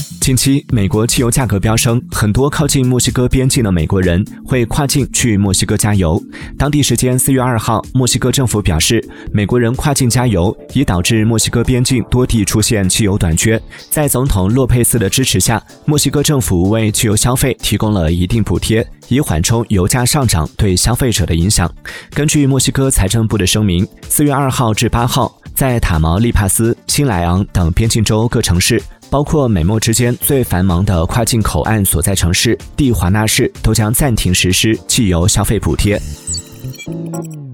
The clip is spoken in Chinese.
近期，美国汽油价格飙升，很多靠近墨西哥边境的美国人会跨境去墨西哥加油。当地时间4月2号，墨西哥政府表示，美国人跨境加油已导致墨西哥边境多地出现汽油短缺。在总统洛佩斯的支持下，墨西哥政府为汽油消费提供了一定补贴，以缓冲油价上涨对消费者的影响。根据墨西哥财政部的声明，4月2号至8号，在塔毛利帕斯、新莱昂等边境州各城市，包括美墨之间最繁忙的跨境口岸所在城市蒂华纳市，都将暂停实施汽油消费补贴。